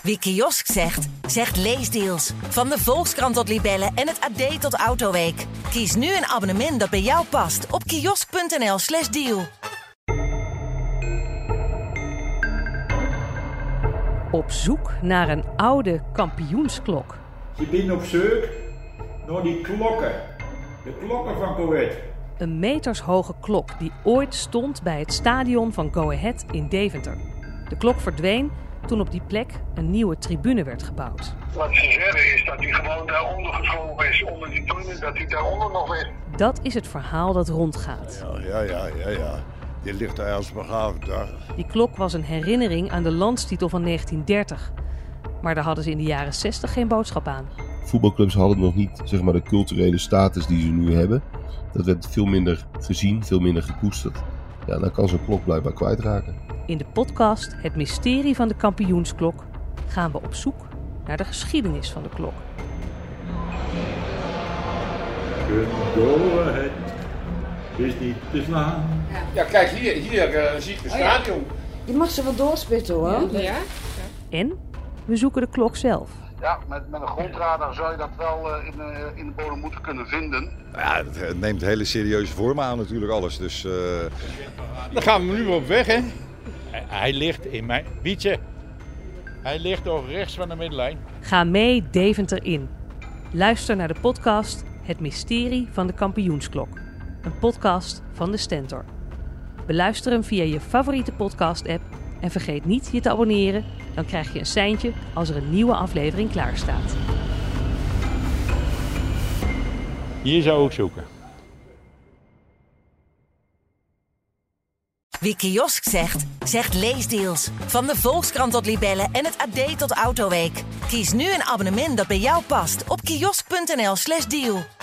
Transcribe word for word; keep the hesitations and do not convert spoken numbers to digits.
Wie kiosk zegt, zegt leesdeals. Van de Volkskrant tot Libellen en het A D tot Autoweek. Kies nu een abonnement dat bij jou past op kiosk.nl slash deal. Op zoek naar een oude kampioensklok. Je bent op zoek naar die klokken. De klokken van Go Ahead. Een metershoge klok die ooit stond bij het stadion van Go Ahead in Deventer. De klok verdween toen op die plek een nieuwe tribune werd gebouwd. Wat ze zeggen is dat hij gewoon daaronder gevlogen is, onder die tribune, dat hij daaronder nog is. Dat is het verhaal dat rondgaat. Ja, ja, ja, ja, ja. Die ligt daar als begraven daar. Die klok was een herinnering aan de landstitel van negentien dertig. Maar daar hadden ze in de jaren zestig geen boodschap aan. Voetbalclubs hadden nog niet, zeg maar, de culturele status die ze nu hebben. Dat werd veel minder gezien, veel minder gekoesterd. Ja, dan kan zo'n klok blijkbaar kwijtraken. In de podcast Het mysterie van de kampioensklok gaan we op zoek naar de geschiedenis van de klok. Go Ahead is niet te slaan. Ja, kijk, hier, hier uh, zie ik het stadion. Je mag ze wel doorspitten hoor. Ja? Ja. En we zoeken de klok zelf. Ja, met, met een grondradar zou je dat wel uh, in, uh, in de bodem moeten kunnen vinden. Ja, het neemt hele serieuze vormen aan natuurlijk alles. Dus, uh... Dan gaan we nu op weg, hè? Hij, hij ligt in mijn... Wietse, hij ligt toch rechts van de middenlijn. Ga mee Deventer in. Luister naar de podcast Het mysterie van de kampioensklok. Een podcast van de Stentor. Beluister hem via je favoriete podcast-app en vergeet niet je te abonneren. Dan krijg je een seintje als er een nieuwe aflevering klaar staat. Hier zou ik zoeken. Wie kiosk zegt, zegt leesdeals. Van de Volkskrant tot Libellen en het A D tot Autoweek. Kies nu een abonnement dat bij jou past op kiosk.nl slash deal.